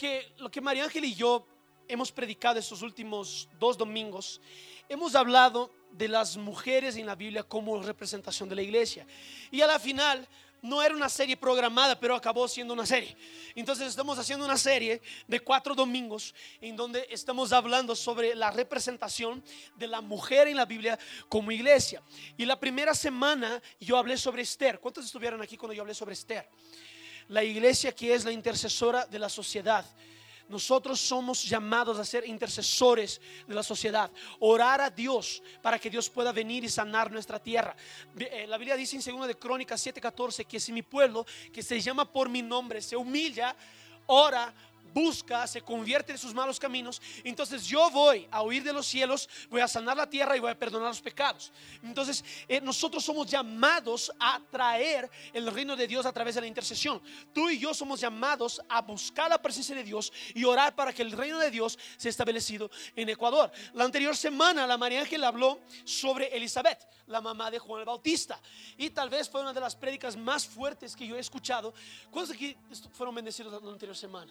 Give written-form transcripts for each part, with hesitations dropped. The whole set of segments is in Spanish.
lo que María Ángel y yo hemos predicado estos últimos 2 domingos, hemos hablado de las mujeres en la Biblia como representación de la iglesia. Y a la final no era una serie programada, pero acabó siendo una serie. Entonces estamos haciendo una serie de 4 domingos en donde estamos hablando sobre la representación de la mujer en la Biblia como iglesia. Y la primera semana yo hablé sobre Esther. ¿Cuántos estuvieron aquí cuando yo hablé sobre Esther? La iglesia que es la intercesora de la sociedad. Nosotros somos llamados a ser intercesores de la sociedad, orar a Dios para que Dios pueda venir y sanar nuestra tierra. La Biblia dice en 2 de Crónicas 7:14 que si mi pueblo, que se llama por mi nombre, se humilla, ora, busca, se convierte de sus malos caminos, entonces yo voy a oír de los cielos, voy a sanar la tierra y voy a perdonar los pecados. Entonces nosotros somos llamados a traer el reino de Dios a través de la intercesión. Tú y yo somos llamados a buscar la presencia de Dios y orar para que el reino de Dios sea establecido en Ecuador. La anterior semana la María Ángel habló sobre Elizabeth, la mamá de Juan el Bautista, y tal vez fue una de las prédicas más fuertes que yo he escuchado. ¿Cuántos aquí fueron bendecidos la anterior semana?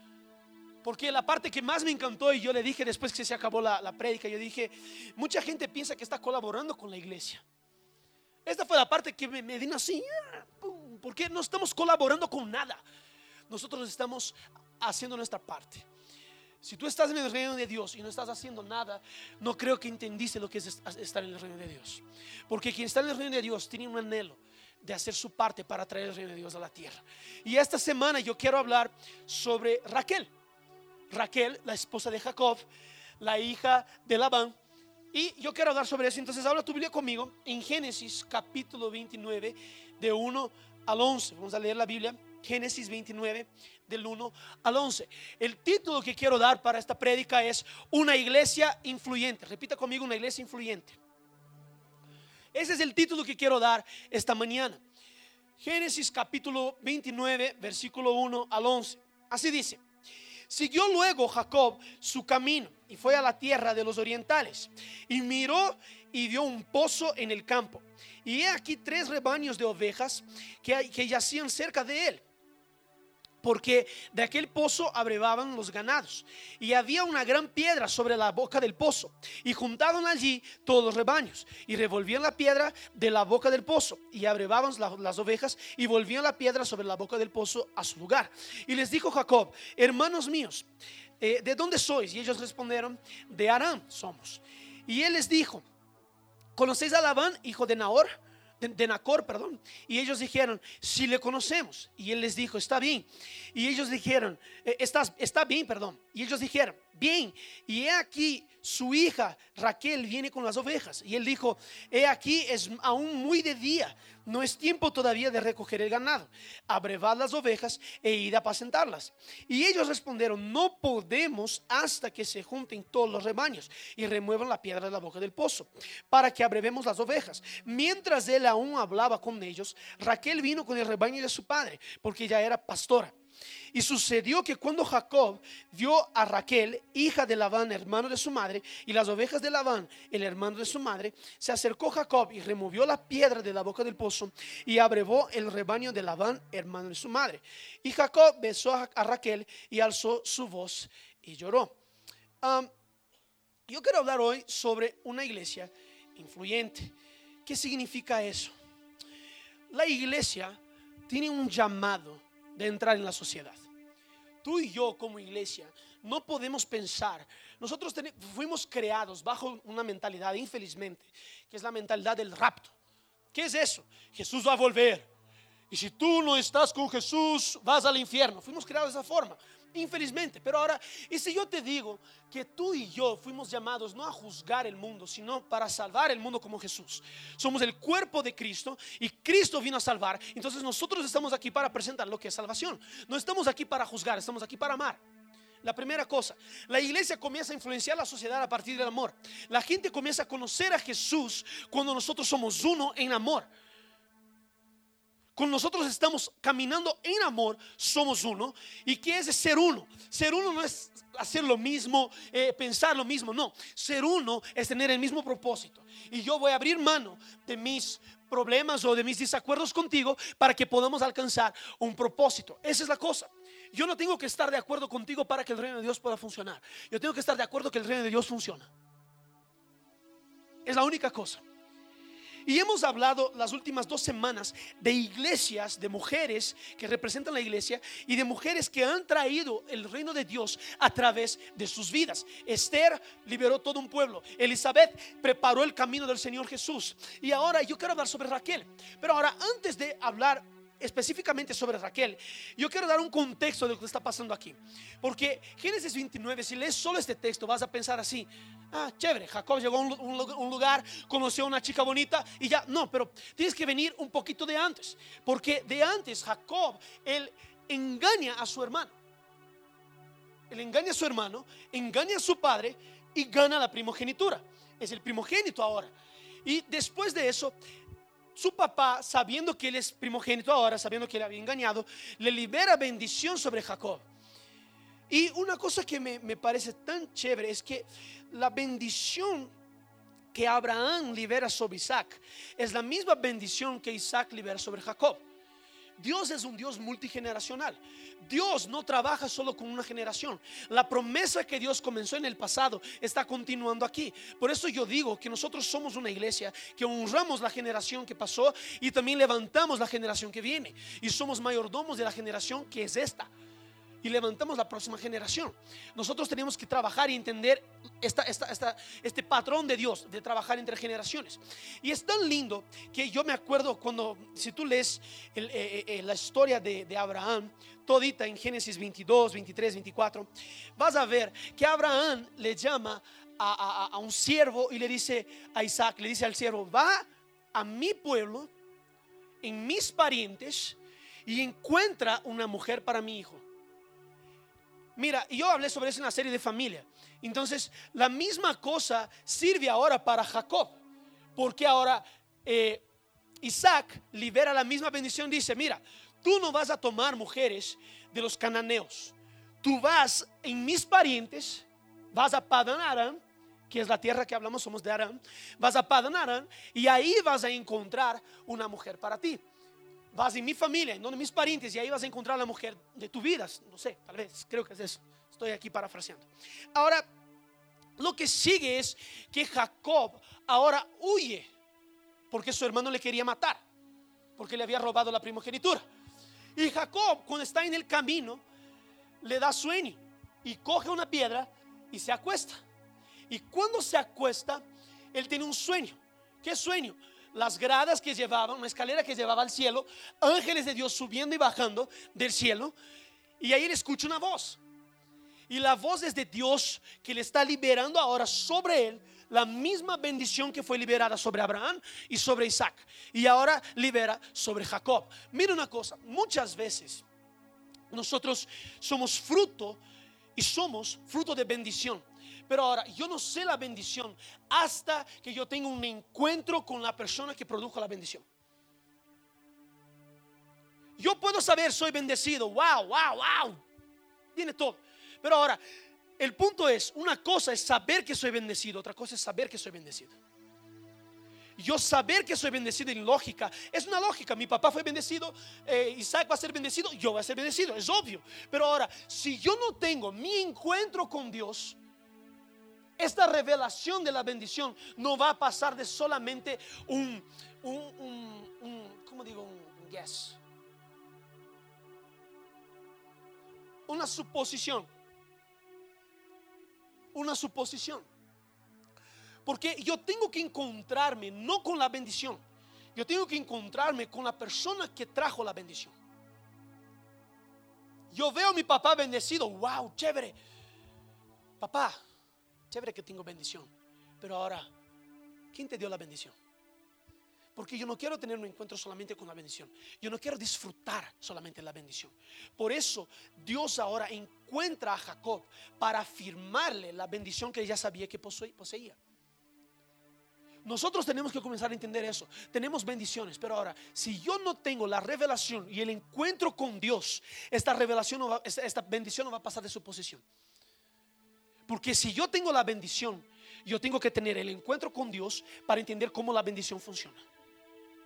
Porque la parte que más me encantó, y yo le dije después que se acabó la prédica, yo dije, mucha gente piensa que está colaborando con la iglesia. Esta fue la parte que me vino así, porque no estamos colaborando con nada. Nosotros estamos haciendo nuestra parte. Si tú estás en el reino de Dios y no estás haciendo nada, no creo que entendiste lo que es estar en el reino de Dios. Porque quien está en el reino de Dios tiene un anhelo de hacer su parte para traer el reino de Dios a la tierra. Y esta semana yo quiero hablar sobre Raquel, la esposa de Jacob, la hija de Labán. Y yo quiero hablar sobre eso. Entonces habla tu Biblia conmigo en Génesis capítulo 29 de 1 al 11. Vamos a leer la Biblia, Génesis 29 del 1 al 11. El título que quiero dar para esta prédica es una iglesia influyente. Repita conmigo, una iglesia influyente. Ese es el título que quiero dar esta mañana. Génesis capítulo 29 versículo 1 al 11. Así dice: siguió luego Jacob su camino y fue a la tierra de los orientales, y miró y vio un pozo en el campo, y he aquí 3 rebaños de ovejas que yacían cerca de él, porque de aquel pozo abrevaban los ganados, y había una gran piedra sobre la boca del pozo, y juntaron allí todos los rebaños, y revolvían la piedra de la boca del pozo, y abrevaban las ovejas, y volvían la piedra sobre la boca del pozo a su lugar. Y les dijo Jacob: hermanos míos, ¿de dónde sois? Y ellos respondieron: de Aram somos. Y él les dijo: ¿conocéis a Labán, hijo de Nacor? Y ellos dijeron: si le conocemos. Y él les dijo: está bien. Y ellos dijeron: está bien, perdón. Y ellos dijeron: bien. Y he aquí su hija Raquel viene con las ovejas. Y él dijo: he aquí es aún muy de día, no es tiempo todavía de recoger el ganado. Abrevad las ovejas e id a apacentarlas. Y ellos respondieron: no podemos hasta que se junten todos los rebaños y remuevan la piedra de la boca del pozo, para que abrevemos las ovejas. Mientras él aún hablaba con ellos, Raquel vino con el rebaño de su padre, porque ya era pastora. Y sucedió que cuando Jacob vio a Raquel, hija de Labán, hermano de su madre, y las ovejas de Labán, el hermano de su madre, se acercó Jacob y removió la piedra de la boca del pozo y abrevó el rebaño de Labán, hermano de su madre. Y Jacob besó a Raquel y alzó su voz y lloró. Yo quiero hablar hoy sobre una iglesia influyente. ¿Qué significa eso? La iglesia tiene un llamado de entrar en la sociedad. Tú y yo como iglesia no podemos pensar. Nosotros fuimos creados bajo una mentalidad, infelizmente, que es la mentalidad del rapto. ¿Qué es eso? Jesús va a volver, y si tú no estás con Jesús vas al infierno. Fuimos creados de esa forma, infelizmente. Pero ahora, y si yo te digo que tú y yo fuimos llamados no a juzgar el mundo, sino para salvar el mundo como Jesús. Somos el cuerpo de Cristo y Cristo vino a salvar. Entonces nosotros estamos aquí para presentar lo que es salvación. No estamos aquí para juzgar, estamos aquí para amar. La primera cosa, la iglesia comienza a influenciar la sociedad a partir del amor. La gente comienza a conocer a Jesús cuando nosotros somos uno en amor. Cuando nosotros estamos caminando en amor, somos uno. ¿Y qué es ser uno? Ser uno no es hacer lo mismo, pensar lo mismo. No, ser uno es tener el mismo propósito. Y yo voy a abrir mano de mis problemas o de mis desacuerdos contigo para que podamos alcanzar un propósito. Esa es la cosa. Yo no tengo que estar de acuerdo contigo para que el reino de Dios pueda funcionar. Yo tengo que estar de acuerdo que el reino de Dios funciona. Es la única cosa. Y hemos hablado las últimas 2 semanas de iglesias, de mujeres que representan la iglesia y de mujeres que han traído el reino de Dios a través de sus vidas. Esther liberó todo un pueblo. Elizabeth preparó el camino del Señor Jesús. Y ahora yo quiero hablar sobre Raquel. Pero ahora, antes de hablar específicamente sobre Raquel, yo quiero dar un contexto de lo que está pasando aquí. Porque Génesis 29, si lees solo este texto, vas a pensar así: ah, chévere, Jacob llegó a un lugar, conoció a una chica bonita y ya. No, pero tienes que venir un poquito de antes. Porque de antes Jacob, él engaña a su hermano. Él engaña a su hermano, engaña a su padre y gana la primogenitura. Es el primogénito ahora. Y después de eso, su papá, sabiendo que él es primogénito ahora, sabiendo que le había engañado, le libera bendición sobre Jacob. Y una cosa que me parece tan chévere es que la bendición que Abraham libera sobre Isaac es la misma bendición que Isaac libera sobre Jacob. Dios es un Dios multigeneracional. Dios no trabaja solo con una generación. La promesa que Dios comenzó en el pasado está continuando aquí. Por eso yo digo que nosotros somos una iglesia que honramos la generación que pasó y también levantamos la generación que viene. Y somos mayordomos de la generación que es esta. Y levantamos la próxima generación. Nosotros tenemos que trabajar y entender este patrón de Dios de trabajar entre generaciones. Y es tan lindo que yo me acuerdo cuando, si tú lees la historia de Abraham todita en Génesis 22, 23, 24, vas a ver que Abraham le llama a un siervo y le dice a Isaac, le dice al siervo: va a mi pueblo, en mis parientes, y encuentra una mujer para mi hijo. Mira, yo hablé sobre eso en la serie de familia. Entonces, la misma cosa sirve ahora para Jacob. Porque ahora Isaac libera la misma bendición. Dice: mira, tú no vas a tomar mujeres de los cananeos. Tú vas en mis parientes, vas a Padán Aram, que es la tierra que hablamos, somos de Aram. Vas a Padán Aram y ahí vas a encontrar una mujer para ti. Vas en mi familia, en donde mis parientes, y ahí vas a encontrar la mujer de tu vida. No sé, tal vez, creo que es eso. Estoy aquí parafraseando. Ahora, lo que sigue es que Jacob ahora huye, porque su hermano le quería matar, porque le había robado la primogenitura. Y Jacob, cuando está en el camino, le da sueño y coge una piedra y se acuesta. Y cuando se acuesta, él tiene un sueño. ¿Qué sueño? Las gradas que llevaban, una escalera que llevaba al cielo, ángeles de Dios subiendo y bajando del cielo. Y ahí él escucha una voz. Y la voz es de Dios que le está liberando ahora sobre él la misma bendición que fue liberada sobre Abraham y sobre Isaac. Y ahora libera sobre Jacob. Mira una cosa, muchas veces nosotros somos fruto de bendición. Pero ahora yo no sé la bendición hasta que yo tenga un encuentro con la persona que produjo la bendición. Yo puedo saber soy bendecido, wow, viene todo. Pero ahora el punto es, una cosa es saber que soy bendecido, otra cosa es saber que soy bendecido. Yo saber que soy bendecido en lógica, es una lógica. Mi papá fue bendecido, Isaac va a ser bendecido, yo voy a ser bendecido, es obvio. Pero ahora, si yo no tengo mi encuentro con Dios, esta revelación de la bendición no va a pasar de solamente un guess, una suposición. Porque yo tengo que encontrarme no con la bendición, yo tengo que encontrarme con la persona que trajo la bendición. Yo veo a mi papá bendecido, wow, chévere. Papá, chévere que tengo bendición. Pero ahora, ¿quién te dio la bendición? Porque yo no quiero tener un encuentro solamente con la bendición. Yo no quiero disfrutar solamente la bendición. Por eso Dios ahora encuentra a Jacob para afirmarle la bendición que ya sabía que poseía. Nosotros tenemos que comenzar a entender eso. Tenemos bendiciones, pero ahora, si yo no tengo la revelación y el encuentro con Dios, esta bendición no va a pasar de su posición. Porque si yo tengo la bendición, yo tengo que tener el encuentro con Dios para entender cómo la bendición funciona.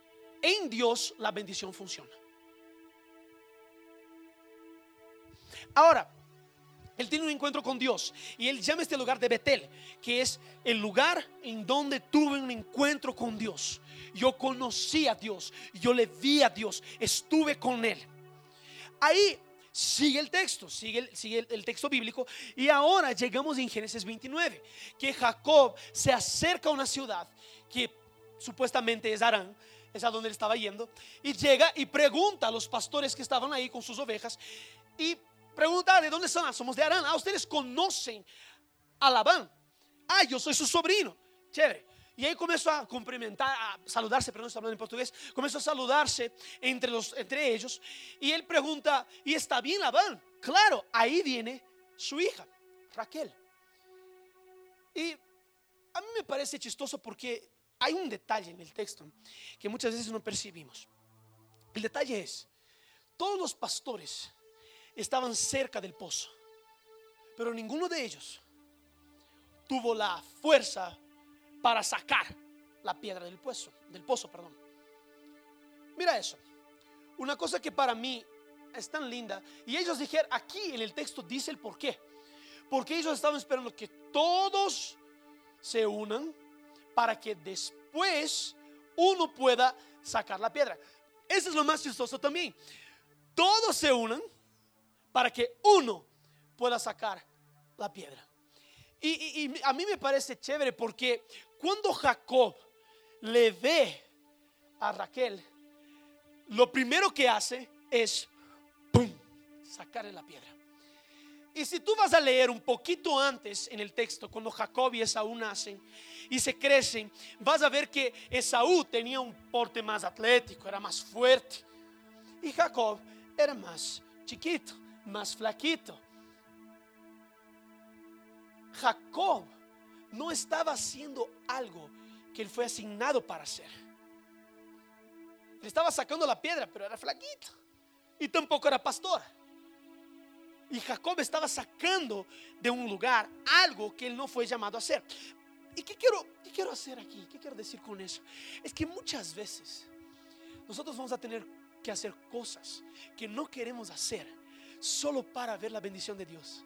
En Dios la bendición funciona. Ahora, él tiene un encuentro con Dios y él llama este lugar de Betel, que es el lugar en donde tuve un encuentro con Dios. Yo conocí a Dios, yo le vi a Dios, estuve con él. Ahí sigue el texto, sigue el texto bíblico. Y ahora llegamos en Génesis 29, que Jacob se acerca a una ciudad que supuestamente es Harán, es a donde él estaba yendo, y llega y pregunta a los pastores que estaban ahí con sus ovejas, y pregunta: ¿de dónde son? Somos de Harán. Ustedes conocen a Labán. Yo soy su sobrino. Chévere. Y ahí comenzó a cumplimentar, a saludarse, perdón, estoy hablando en portugués. Comenzó a saludarse entre ellos. Y él pregunta: ¿y está bien Labán? Claro, ahí viene su hija, Raquel. Y a mí me parece chistoso porque hay un detalle en el texto que muchas veces no percibimos. El detalle es: todos los pastores estaban cerca del pozo, pero ninguno de ellos tuvo la fuerza para sacar la piedra del pozo, perdón. Mira eso, una cosa que para mí es tan linda. Y ellos dijeron, aquí en el texto dice el por qué. Porque ellos estaban esperando que todos se unan para que después uno pueda sacar la piedra. Eso es lo más chistoso también. Todos se unan para que uno pueda sacar la piedra. Y a mí me parece chévere porque cuando Jacob le ve a Raquel, lo primero que hace es ¡pum!, sacarle la piedra. Y si tú vas a leer un poquito antes en el texto, cuando Jacob y Esaú nacen y se crecen, vas a ver que Esaú tenía un porte más atlético, era más fuerte, y Jacob era más chiquito, más flaquito. Jacob no estaba haciendo algo que él fue asignado para hacer. Le estaba sacando la piedra, pero era flaquito y tampoco era pastor. Y Jacob estaba sacando de un lugar algo que él no fue llamado a hacer. ¿Y qué quiero hacer aquí? ¿Qué quiero decir con eso? Es que muchas veces nosotros vamos a tener que hacer cosas que no queremos hacer solo para ver la bendición de Dios.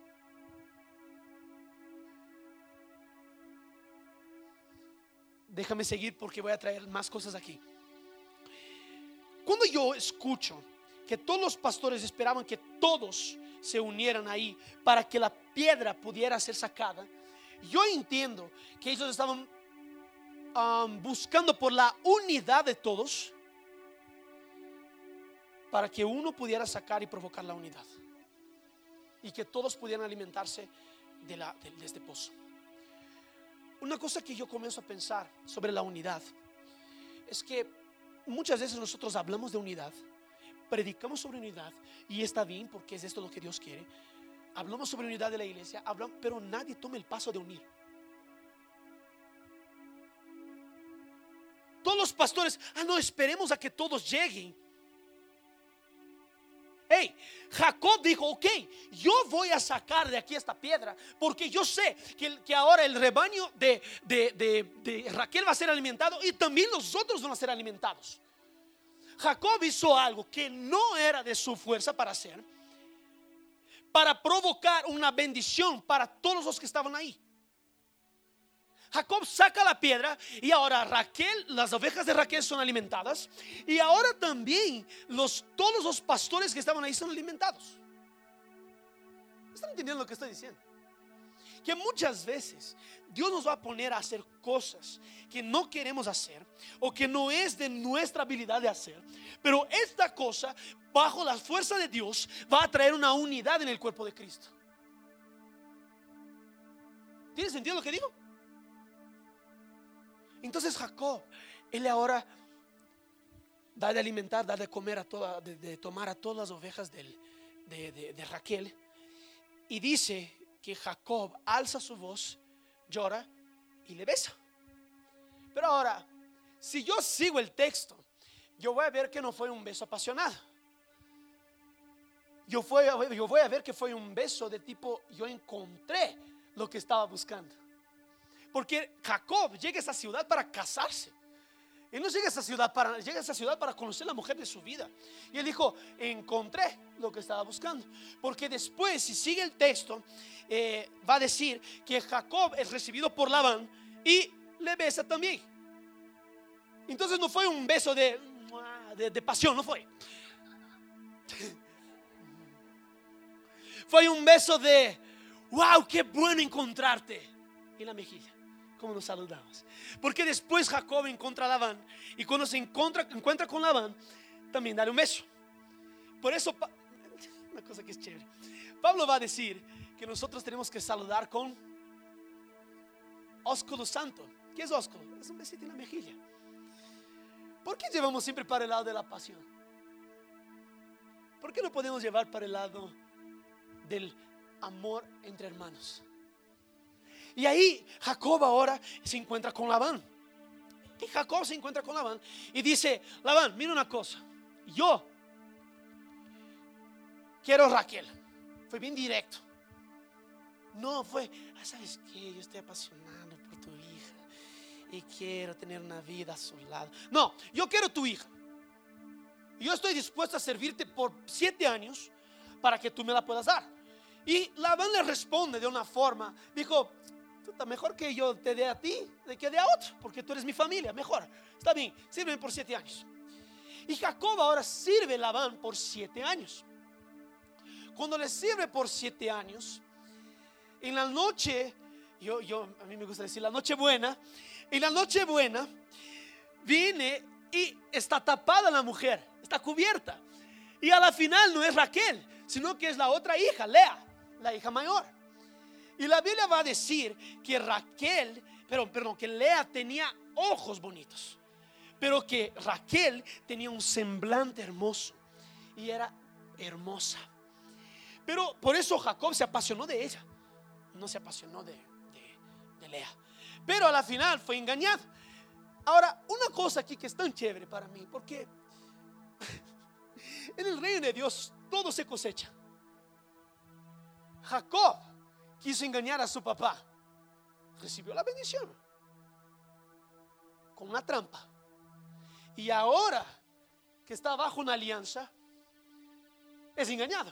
Déjame seguir porque voy a traer más cosas aquí. Cuando yo escucho que todos los pastores esperaban que todos se unieran ahí para que la piedra pudiera ser sacada, yo entiendo que ellos estaban buscando por la unidad de todos para que uno pudiera sacar y provocar la unidad y que todos pudieran alimentarse de este pozo. Una cosa que yo comienzo a pensar sobre la unidad es que muchas veces nosotros hablamos de unidad, predicamos sobre unidad, y está bien porque es esto lo que Dios quiere. Hablamos sobre unidad de la iglesia, pero nadie toma el paso de unir. Todos los pastores, no, esperemos a que todos lleguen. Jacob dijo: ok, yo voy a sacar de aquí esta piedra porque yo sé que ahora el rebaño de Raquel va a ser alimentado y también los otros van a ser alimentados. Jacob hizo algo que no era de su fuerza para hacer, para provocar una bendición para todos los que estaban ahí. Jacob saca la piedra y ahora las ovejas de Raquel son alimentadas, y ahora también todos los pastores que estaban ahí son alimentados. ¿Están entendiendo lo que estoy diciendo? Que muchas veces Dios nos va a poner a hacer cosas que no queremos hacer o que no es de nuestra habilidad de hacer, pero esta cosa, bajo la fuerza de Dios, va a traer una unidad en el cuerpo de Cristo. ¿Tiene sentido lo que digo? Entonces Jacob, él ahora da de alimentar, da de comer de tomar a todas las ovejas de Raquel, y dice que Jacob alza su voz, llora y le besa. Pero ahora, si yo sigo el texto, yo voy a ver que no fue un beso apasionado. Yo voy a ver que fue un beso de tipo: yo encontré lo que estaba buscando. Porque Jacob llega a esa ciudad para casarse. Él no llega a esa ciudad para conocer la mujer de su vida. Y él dijo, encontré lo que estaba buscando. Porque después, si sigue el texto, va a decir que Jacob es recibido por Labán y le besa también. Entonces no fue un beso de pasión, no fue. Fue un beso de wow, qué bueno encontrarte en la mejilla. Como nos saludamos. Porque después Jacob encuentra a Labán. Y cuando se encuentra con Labán, también dale un beso. Por eso, una cosa que es chévere, Pablo va a decir que nosotros tenemos que saludar con ósculo santo. ¿Qué es ósculo? Es un besito en la mejilla. ¿Por qué llevamos siempre para el lado de la pasión? ¿Por qué no podemos llevar para el lado del amor entre hermanos? Y ahí Jacob ahora se encuentra con Labán. Y Jacob se encuentra con Labán y dice, Labán, mira una cosa, yo quiero Raquel. Fue bien directo. No fue, ¿sabes qué? Yo estoy apasionado por tu hija y quiero tener una vida a su lado. No, yo quiero tu hija. Yo estoy dispuesto a servirte por 7 años para que tú me la puedas dar. Y Labán le responde de una forma, dijo, mejor que yo te dé a ti de que dé a otro, porque tú eres mi familia, mejor. Está bien, sírveme por 7 años. Y Jacob ahora sirve a Labán por 7 años. Cuando le sirve por 7 años, en la noche, a mí me gusta decir la noche buena, en la noche buena viene y está tapada la mujer, está cubierta. Y a la final no es Raquel, sino que es la otra hija, Lea, la hija mayor. Y la Biblia va a decir que que Lea tenía ojos bonitos, pero que Raquel tenía un semblante hermoso y era hermosa. Pero por eso Jacob se apasionó de ella, no se apasionó de Lea. Pero a la final fue engañado. Ahora, una cosa aquí que es tan chévere para mí, porque en el reino de Dios todo se cosecha. Jacob quiso engañar a su papá, recibió la bendición con una trampa. Y ahora que está bajo una alianza, es engañado.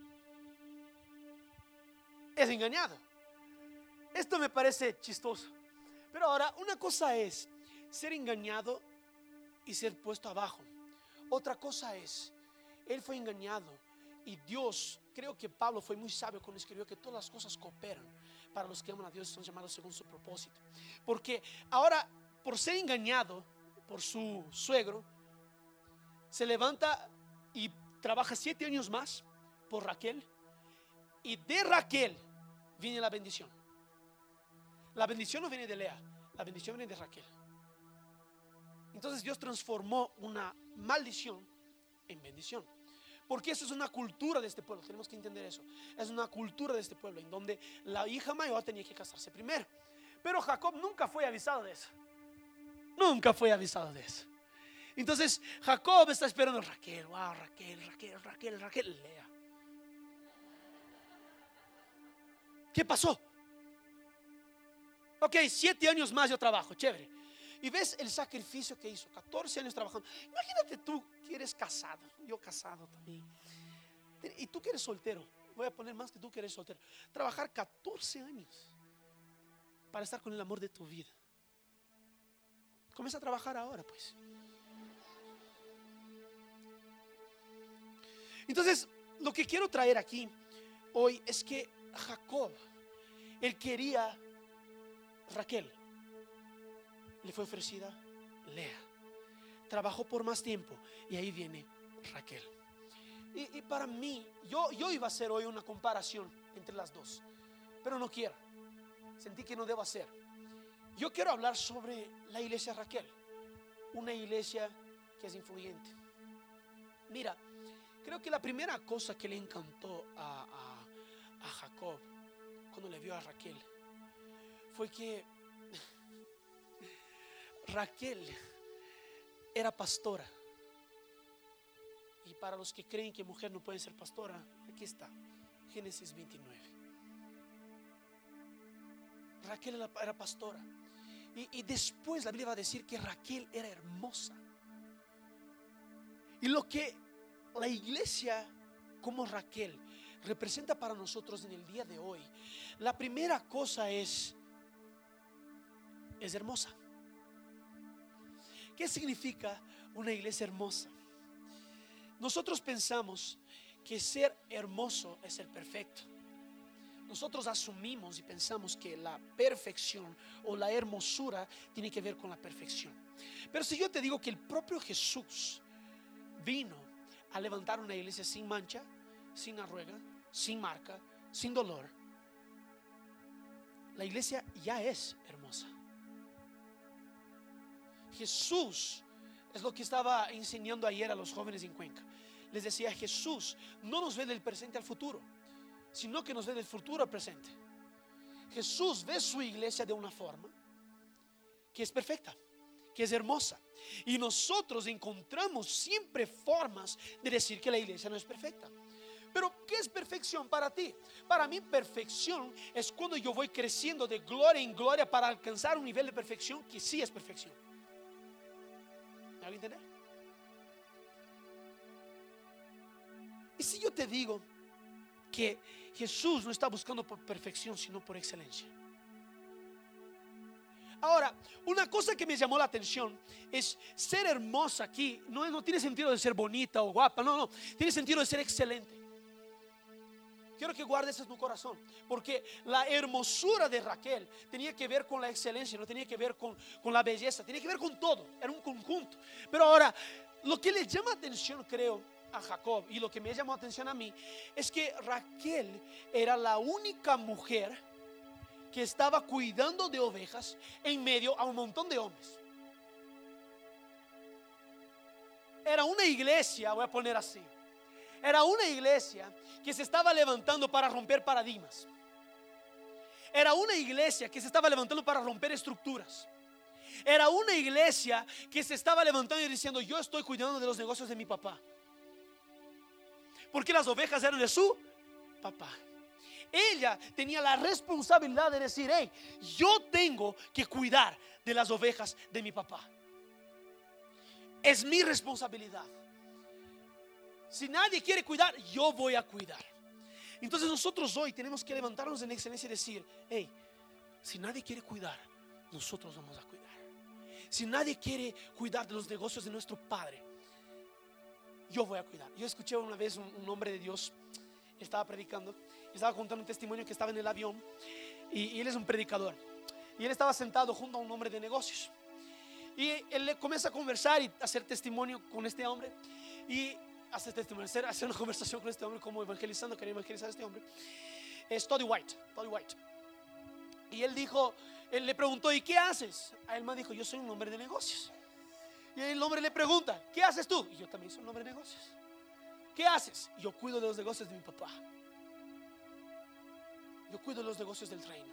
Es engañado. Esto me parece chistoso. Pero ahora, una cosa es ser engañado y ser puesto abajo. Otra cosa es, él fue engañado y Dios, creo que Pablo fue muy sabio cuando escribió que todas las cosas cooperan para los que aman a Dios y son llamados según su propósito. Porque ahora, por ser engañado por su suegro, se levanta y trabaja 7 años más por Raquel. Y de Raquel viene la bendición. La bendición no viene de Lea, la bendición viene de Raquel. Entonces Dios transformó una maldición en bendición. Porque eso es una cultura de este pueblo, tenemos que entender eso. Es una cultura de este pueblo en donde la hija mayor tenía que casarse primero. Pero Jacob nunca fue avisado de eso. Nunca fue avisado de eso. Entonces Jacob está esperando Raquel, wow, Raquel, Lea. ¿Qué pasó? Ok, 7 años más yo trabajo, chévere. Y ves el sacrificio que hizo, 14 años trabajando. Imagínate tú que eres casado, yo casado también, y tú que eres soltero, voy a poner más que tú que eres soltero, trabajar 14 años para estar con el amor de tu vida. Comienza a trabajar ahora, pues. Entonces, lo que quiero traer aquí hoy es que Jacob, él quería Raquel, le fue ofrecida Lea. Trabajó por más tiempo y ahí viene Raquel. Y para mí, yo iba a hacer hoy una comparación entre las dos, pero no quiero. Sentí que no debo hacer. Yo quiero hablar sobre la iglesia Raquel, una iglesia que es influyente. Mira, creo que la primera cosa que le encantó a Jacob cuando le vio a Raquel fue que Raquel era pastora. Y para los que creen que mujer no puede ser pastora, aquí está, Génesis 29. Raquel era pastora. Y después la Biblia va a decir que Raquel era hermosa. Y lo que la iglesia como Raquel representa para nosotros en el día de hoy, la primera cosa es hermosa. ¿Qué significa una iglesia hermosa? Nosotros pensamos que ser hermoso es ser perfecto. Nosotros asumimos y pensamos que la perfección o la hermosura tiene que ver con la perfección. Pero si yo te digo que el propio Jesús vino a levantar una iglesia sin mancha, sin arruga, sin marca, sin dolor, la iglesia ya es hermosa. Jesús es lo que estaba enseñando ayer a los jóvenes en Cuenca. Les decía, Jesús no nos ve del presente al futuro, sino que nos ve del futuro al presente. Jesús ve su iglesia de una forma que es perfecta, que es hermosa. Y nosotros encontramos siempre formas de decir que la iglesia no es perfecta. Pero ¿qué es perfección para ti? Para mí perfección es cuando yo voy creciendo de gloria en gloria para alcanzar un nivel de perfección que sí es perfección. ¿Me hago entender? Y si yo te digo que Jesús no está buscando por perfección, sino por excelencia. Ahora, una cosa que me llamó la atención es ser hermosa aquí. No tiene sentido de ser bonita o guapa, no, tiene sentido de ser excelente. Quiero que guardes eso en tu corazón, porque la hermosura de Raquel tenía que ver con la excelencia, no tenía que ver con la belleza, tenía que ver con todo, era un conjunto. Pero ahora, lo que le llama atención, creo, a Jacob, y lo que me llamó atención a mí, es que Raquel era la única mujer que estaba cuidando de ovejas en medio a un montón de hombres. Era una iglesia, voy a poner así, era una iglesia que se estaba levantando para romper paradigmas. Era una iglesia que se estaba levantando para romper estructuras. Era una iglesia que se estaba levantando y diciendo: yo estoy cuidando de los negocios de mi papá, porque las ovejas eran de su papá. Ella tenía la responsabilidad de decir: hey, yo tengo que cuidar de las ovejas de mi papá. Es mi responsabilidad. Si nadie quiere cuidar, yo voy a cuidar. Entonces nosotros hoy tenemos que levantarnos en excelencia y decir: hey, si nadie quiere cuidar, nosotros vamos a cuidar. Si nadie quiere cuidar de los negocios de nuestro Padre, yo voy a cuidar. Yo escuché una vez un hombre de Dios, estaba predicando, estaba contando un testimonio que estaba en el avión, y él es un predicador, y él estaba sentado junto a un hombre de negocios, y él le comienza a conversar y a hacer testimonio con este hombre, y hacer testimonio, hacer una conversación con este hombre, como evangelizando, quería evangelizar a este hombre. Es Todd White. Y él le preguntó: ¿y qué haces? A él me dijo: yo soy un hombre de negocios. Y el hombre le pregunta: ¿qué haces tú? Y yo también soy un hombre de negocios. ¿Qué haces? Yo cuido de los negocios de mi papá. Yo cuido de los negocios del reino.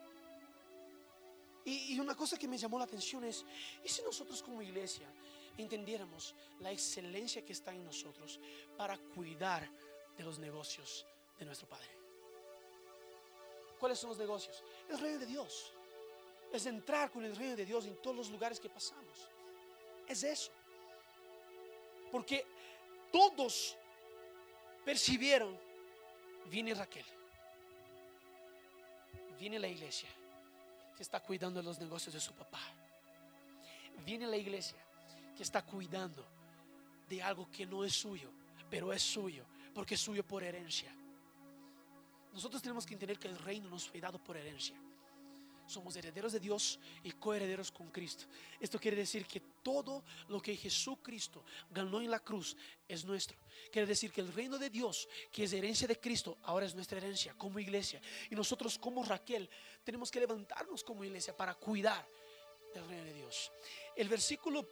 Y una cosa que me llamó la atención es: ¿y si nosotros como iglesia entendiéramos la excelencia que está en nosotros para cuidar de los negocios de nuestro Padre? ¿Cuáles son los negocios? El reino de Dios. Es entrar con el reino de Dios en todos los lugares que pasamos. Es eso. Porque todos percibieron: viene Raquel, viene la iglesia que está cuidando de los negocios de su papá. Viene la iglesia que está cuidando de algo que no es suyo, pero es suyo, porque es suyo por herencia. Nosotros tenemos que entender que el reino nos fue dado por herencia. Somos herederos de Dios y coherederos con Cristo. Esto quiere decir que todo lo que Jesucristo ganó en la cruz es nuestro. Quiere decir que el reino de Dios, que es herencia de Cristo, ahora es nuestra herencia como iglesia. Y nosotros como Raquel tenemos que levantarnos como iglesia para cuidar del reino de Dios. El versículo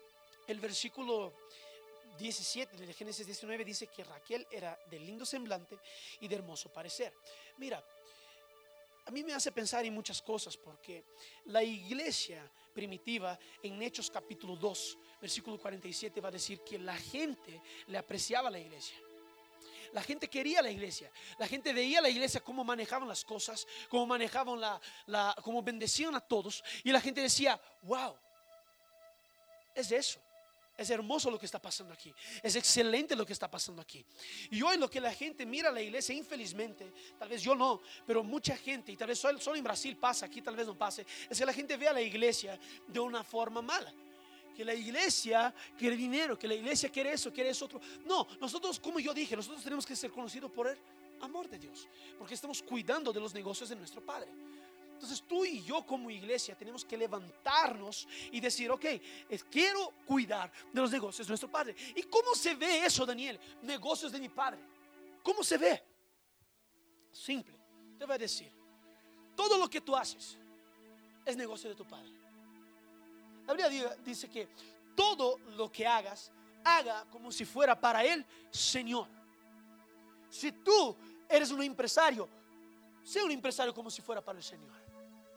17 de Génesis 19 dice que Raquel era de lindo semblante y de hermoso parecer. Mira, a mí me hace pensar en muchas cosas, porque la iglesia primitiva en Hechos capítulo 2 versículo 47 va a decir que la gente le apreciaba a la iglesia. la gente quería la iglesia. La gente veía la iglesia, cómo manejaban las cosas, cómo manejaban cómo bendecían a todos. Y la gente decía, wow, es eso. Es hermoso lo que está pasando aquí. Es excelente lo que está pasando aquí. Y hoy lo que la gente mira a la iglesia, infelizmente, tal vez yo no, pero mucha gente, y tal vez solo en Brasil pasa, aquí tal vez no pase, es que la gente ve a la iglesia de una forma mala. Que la iglesia quiere dinero, que la iglesia quiere eso otro. No, nosotros, como yo dije, nosotros tenemos que ser conocidos por el amor de Dios, porque estamos cuidando de los negocios de nuestro Padre. Entonces tú y yo como iglesia tenemos que levantarnos y decir, ok, quiero cuidar de los negocios de nuestro Padre. ¿Y cómo se ve eso, Daniel? Negocios de mi Padre. ¿Cómo se ve? Simple, te voy a decir, todo lo que tú haces es negocio de tu Padre. La Biblia dice que todo lo que hagas, haga como si fuera para el Señor. Si tú eres un empresario, sea un empresario como si fuera para el Señor.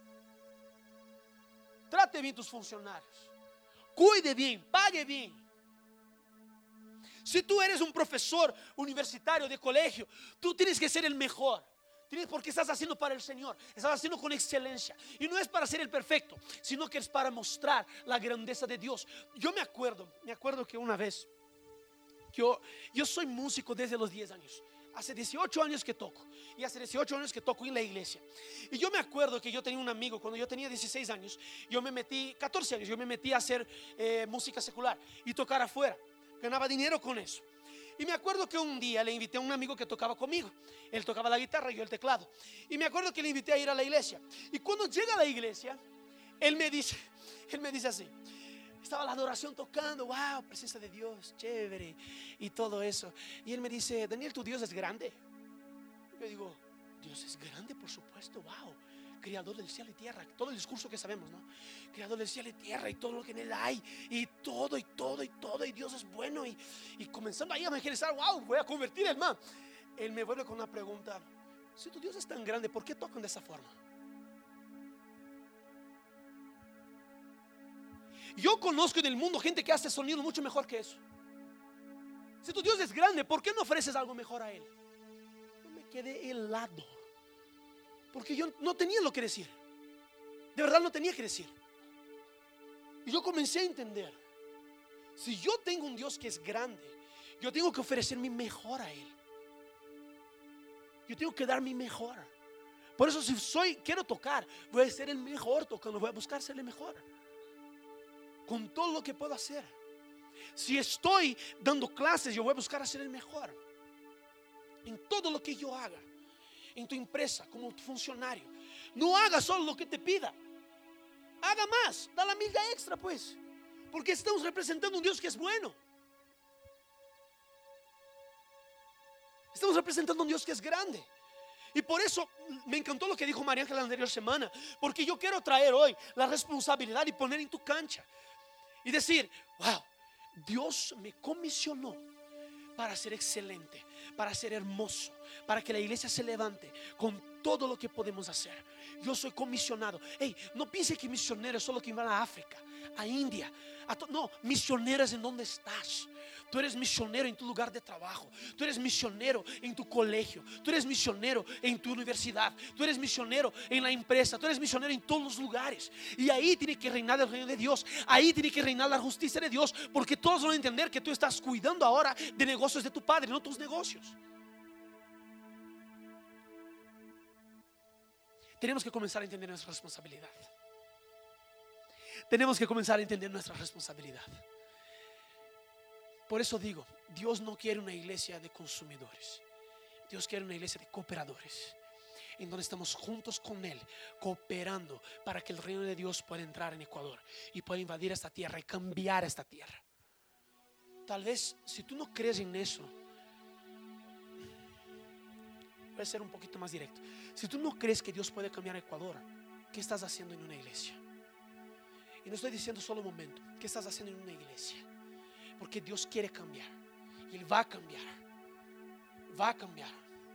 Trate bien tus funcionarios, cuide bien, pague bien. Si tú eres un profesor universitario de colegio, tú tienes que ser el mejor. Porque estás haciendo para el Señor, estás haciendo con excelencia. Y no es para ser el perfecto, sino que es para mostrar la grandeza de Dios. Yo me acuerdo que una vez, yo soy músico desde los 10 años. Hace 18 años que toco. Y hace 18 años que toco en la iglesia. Y yo me acuerdo que yo tenía un amigo, cuando yo tenía 16 años, 14 años, yo me metí a hacer música secular y tocar afuera. Ganaba dinero con eso. Y me acuerdo que un día le invité a un amigo que tocaba conmigo. Él tocaba la guitarra y yo el teclado. Y me acuerdo que le invité a ir a la iglesia. Y cuando llega a la iglesia, él me dice así. Estaba la adoración tocando, wow, presencia de Dios, chévere y todo eso. Y él me dice, Daniel, ¿tu Dios es grande? Yo digo, Dios es grande, por supuesto, wow. Creador del cielo y tierra, todo el discurso que sabemos, ¿no? Creador del cielo y tierra y todo lo que en él hay, y todo, y Dios es bueno. Y comenzando ahí a evangelizar, wow, voy a convertir el man. Él me vuelve con una pregunta, si tu Dios es tan grande, ¿por qué tocan de esa forma? Yo conozco en el mundo gente que hace sonido mucho mejor que eso. Si tu Dios es grande, ¿por qué no ofreces algo mejor a Él? Yo me quedé helado, porque yo no tenía lo que decir. De verdad no tenía que decir. Y yo comencé a entender, si yo tengo un Dios que es grande, yo tengo que ofrecer mi mejor a Él. Yo tengo que dar mi mejor. Por eso si quiero tocar, voy a ser el mejor tocando, voy a buscar ser el mejor con todo lo que puedo hacer. Si estoy dando clases, yo voy a buscar hacer el mejor en todo lo que yo haga. En tu empresa, como funcionario, no haga solo lo que te pida, haga más, da la milla extra, pues, porque estamos representando un Dios que es bueno. Estamos representando un Dios que es grande. Y por eso me encantó lo que dijo María Ángela la anterior semana, porque yo quiero traer hoy la responsabilidad y poner en tu cancha y decir, wow, Dios me comisionó para ser excelente, para ser hermoso, para que la iglesia se levante con todo lo que podemos hacer. Yo soy comisionado. Hey, no piense que misioneros solo que van a África, a India, no, misioneros en donde estás. Tú eres misionero en tu lugar de trabajo, tú eres misionero en tu colegio, tú eres misionero en tu universidad, tú eres misionero en la empresa, tú eres misionero en todos los lugares. Y ahí tiene que reinar el reino de Dios, ahí tiene que reinar la justicia de Dios, porque todos van a entender que tú estás cuidando ahora de negocios de tu Padre, no tus negocios. Tenemos que comenzar a entender nuestra responsabilidad. Tenemos que comenzar a entender nuestra responsabilidad. Por eso digo, Dios no quiere una iglesia de consumidores. Dios quiere una iglesia de cooperadores, en donde estamos juntos con Él, cooperando para que el reino de Dios pueda entrar en Ecuador y pueda invadir esta tierra y cambiar esta tierra. Tal vez si tú no crees en eso, voy a ser un poquito más directo. Si tú no crees que Dios puede cambiar Ecuador, ¿qué estás haciendo en una iglesia? Y no estoy diciendo solo un momento, ¿qué estás haciendo en una iglesia? Porque Dios quiere cambiar y Él va a cambiar. Va a cambiar.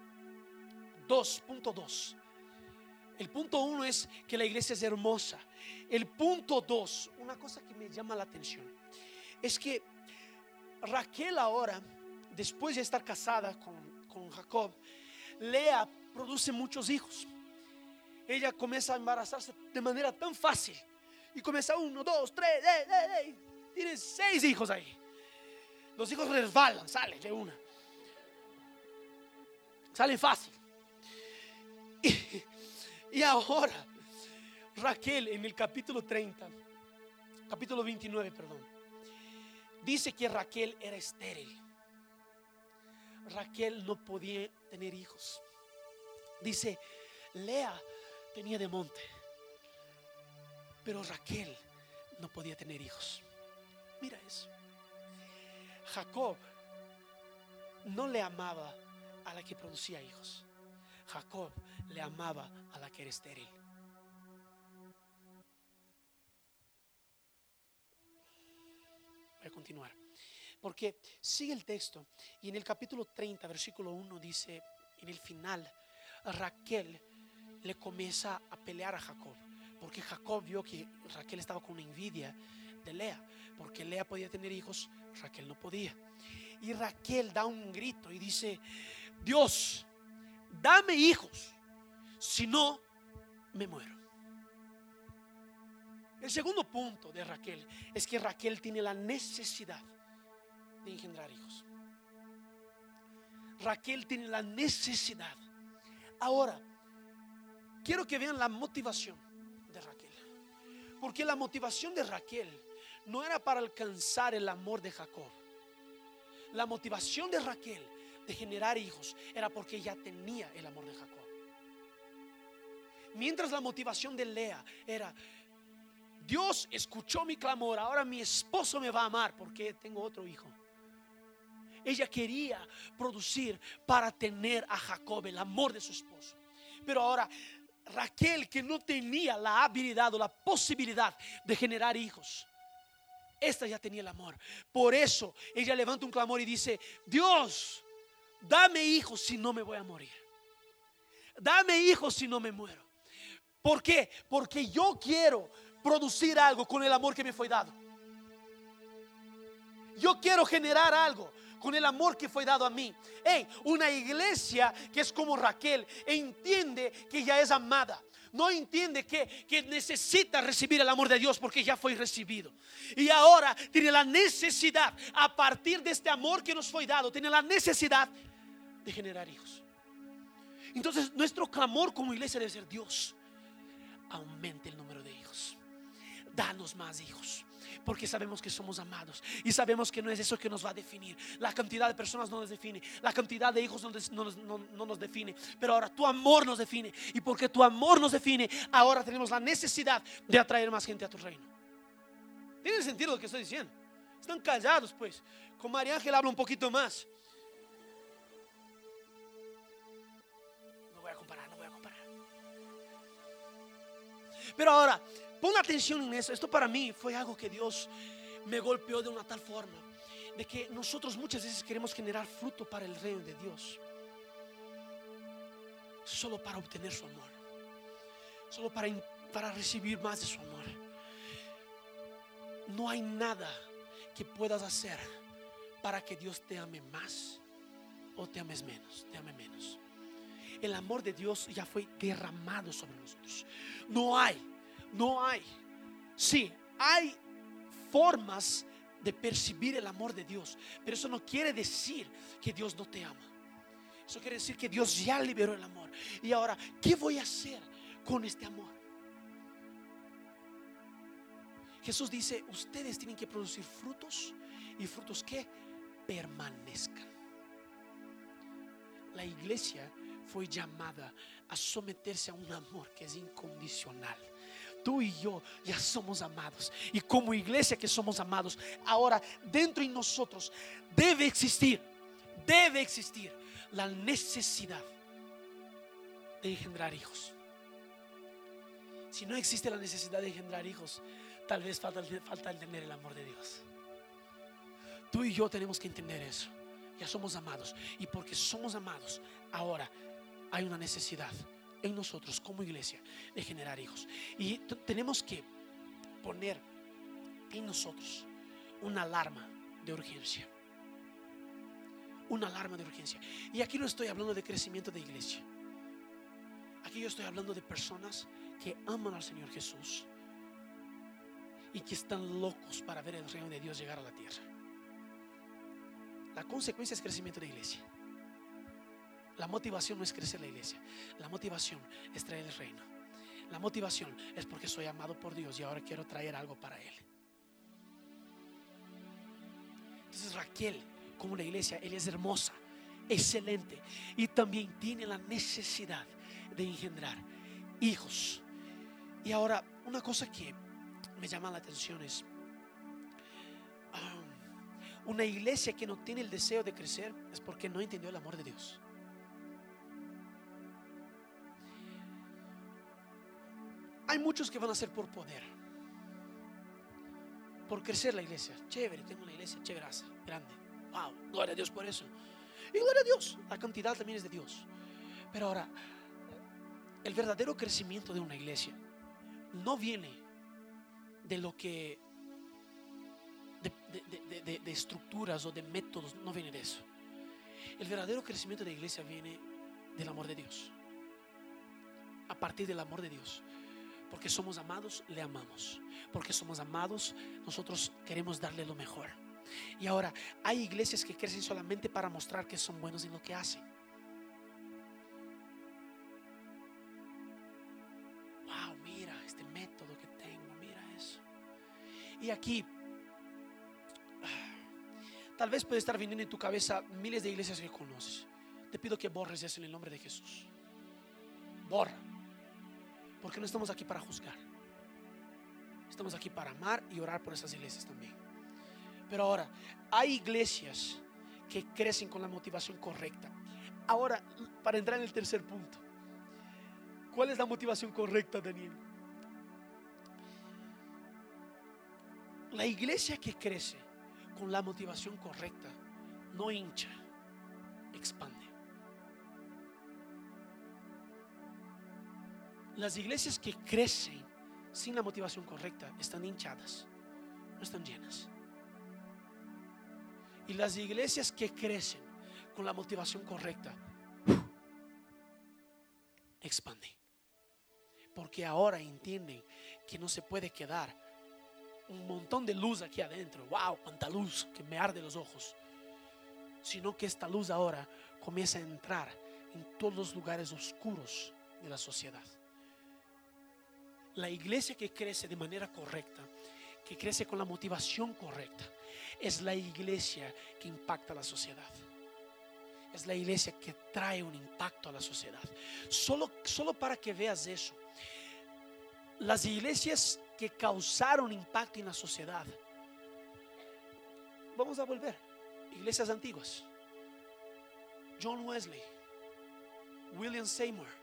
Punto 2. El punto 1 es que la iglesia es hermosa. El punto 2, una cosa que me llama la atención, es que Raquel ahora, después de estar casada con Jacob, Lea produce muchos hijos. Ella comienza a embarazarse de manera tan fácil y comienza 1, 2, 3, tiene 6 hijos ahí. Los hijos resbalan, salen de una, salen fácil. Y ahora Raquel en el capítulo 29, perdón, dice que Raquel era estéril. Raquel no podía tener hijos. Dice, Lea tenía de monte, pero Raquel no podía tener hijos. Mira eso. Jacob no le amaba a la que producía hijos. Jacob le amaba a la que era estéril. Voy a continuar, porque sigue el texto y en el capítulo 30 versículo 1 dice, en el final Raquel le comienza a pelear a Jacob, porque Jacob vio que Raquel estaba con una envidia de Lea, porque Lea podía tener hijos, Raquel no podía. Y Raquel da un grito y dice, Dios, dame hijos, si no me muero. El segundo punto de Raquel es que Raquel tiene la necesidad de engendrar hijos. Raquel tiene la necesidad. Ahora, quiero que vean la motivación de Raquel, porque la motivación de Raquel no era para alcanzar el amor de Jacob. La motivación de Raquel de generar hijos era porque ella tenía el amor de Jacob. Mientras la motivación de Lea era, Dios escuchó mi clamor, ahora mi esposo me va a amar porque tengo otro hijo. Ella quería producir para tener a Jacob, el amor de su esposo. Pero ahora Raquel, que no tenía la habilidad o la posibilidad de generar hijos, esta ya tenía el amor. Por eso ella levanta un clamor y dice, Dios, dame hijos si no me voy a morir. Dame hijos si no me muero. ¿Por qué? Porque yo quiero producir algo con el amor que me fue dado. Yo quiero generar algo con el amor que fue dado a mí. Una iglesia que es como Raquel entiende que ya es amada. No entiende que necesita recibir el amor de Dios porque ya fue recibido. Y ahora tiene la necesidad, a partir de este amor que nos fue dado, tiene la necesidad de generar hijos. Entonces nuestro clamor como iglesia debe ser, Dios, aumente el número de hijos. Danos más hijos, porque sabemos que somos amados y sabemos que no es eso que nos va a definir. La cantidad de personas no nos define, la cantidad de hijos no nos define, pero ahora tu amor nos define. Y porque tu amor nos define, ahora tenemos la necesidad de atraer más gente a tu reino. ¿Tiene sentido lo que estoy diciendo? Están callados pues. Con María Ángel habla un poquito más. No voy a comparar. Pero ahora pon atención en eso. Esto para mí fue algo que Dios me golpeó de una tal forma, de que nosotros muchas veces queremos generar fruto para el reino de Dios solo para obtener su amor, solo para recibir más de su amor. No hay nada que puedas hacer para que Dios te ame más o te ames menos, te ame menos. El amor de Dios ya fue derramado sobre nosotros. No hay. Sí, hay formas de percibir el amor de Dios, pero eso no quiere decir que Dios no te ama. Eso quiere decir que Dios ya liberó el amor. Y ahora, ¿qué voy a hacer con este amor? Jesús dice, ustedes tienen que producir frutos, y frutos que permanezcan. La iglesia fue llamada a someterse a un amor que es incondicional. Tú y yo ya somos amados, y como iglesia que somos amados, ahora dentro de nosotros debe existir la necesidad de engendrar hijos. Si no existe la necesidad de engendrar hijos, tal vez falta entender el amor de Dios. Tú y yo tenemos que entender eso. Ya somos amados, y porque somos amados, ahora hay una necesidad en nosotros como iglesia de generar hijos. Y tenemos que poner en nosotros una alarma de urgencia. una alarma de urgencia. Y aquí no estoy hablando de crecimiento de iglesia. Aquí yo estoy hablando de personas que aman al Señor Jesús y que están locos para ver el reino de Dios llegar a la tierra. La consecuencia es crecimiento de iglesia. La motivación no es crecer la iglesia. La motivación es traer el reino. La motivación es porque soy amado por Dios y ahora quiero traer algo para Él. Entonces Raquel, como la iglesia, ella es hermosa, excelente, y también tiene la necesidad de engendrar hijos. Y ahora, una cosa que me llama la atención es una iglesia que no tiene el deseo de crecer es porque no entendió el amor de Dios. Hay muchos que van a hacer por poder, por crecer la iglesia. Chévere, tengo una iglesia chéveraza, grande. Wow, gloria a Dios por eso. Y gloria a Dios, la cantidad también es de Dios. Pero ahora, el verdadero crecimiento de una iglesia no viene de lo que de estructuras o de métodos, no viene de eso. El verdadero crecimiento de la iglesia viene del amor de Dios. A partir del amor de Dios. Porque somos amados, le amamos. Porque somos amados, nosotros queremos darle lo mejor. Y ahora, hay iglesias que crecen solamente para mostrar que son buenos en lo que hacen. Wow, mira este método que tengo, mira eso. Y aquí, tal vez puede estar viniendo en tu cabeza miles de iglesias que conoces. Te pido que borres eso en el nombre de Jesús. Borra. Porque no estamos aquí para juzgar. Estamos aquí para amar y orar por esas iglesias también. Pero ahora, hay iglesias que crecen con la motivación correcta. Ahora, para entrar en el tercer punto, ¿cuál es la motivación correcta, Daniel? La iglesia que crece con la motivación correcta no hincha, expande. Las iglesias que crecen sin la motivación correcta están hinchadas, no están llenas. Y las iglesias que crecen con la motivación correcta expanden. Porque ahora entienden que no se puede quedar un montón de luz aquí adentro. Wow, cuánta luz que me arde los ojos. Sino que esta luz ahora comienza a entrar en todos los lugares oscuros de la sociedad. La iglesia que crece de manera correcta, que crece con la motivación correcta, es la iglesia que impacta a la sociedad. Es la iglesia que trae un impacto a la sociedad. Solo para que veas eso, las iglesias que causaron impacto en la sociedad, vamos a volver, iglesias antiguas. John Wesley, William Seymour,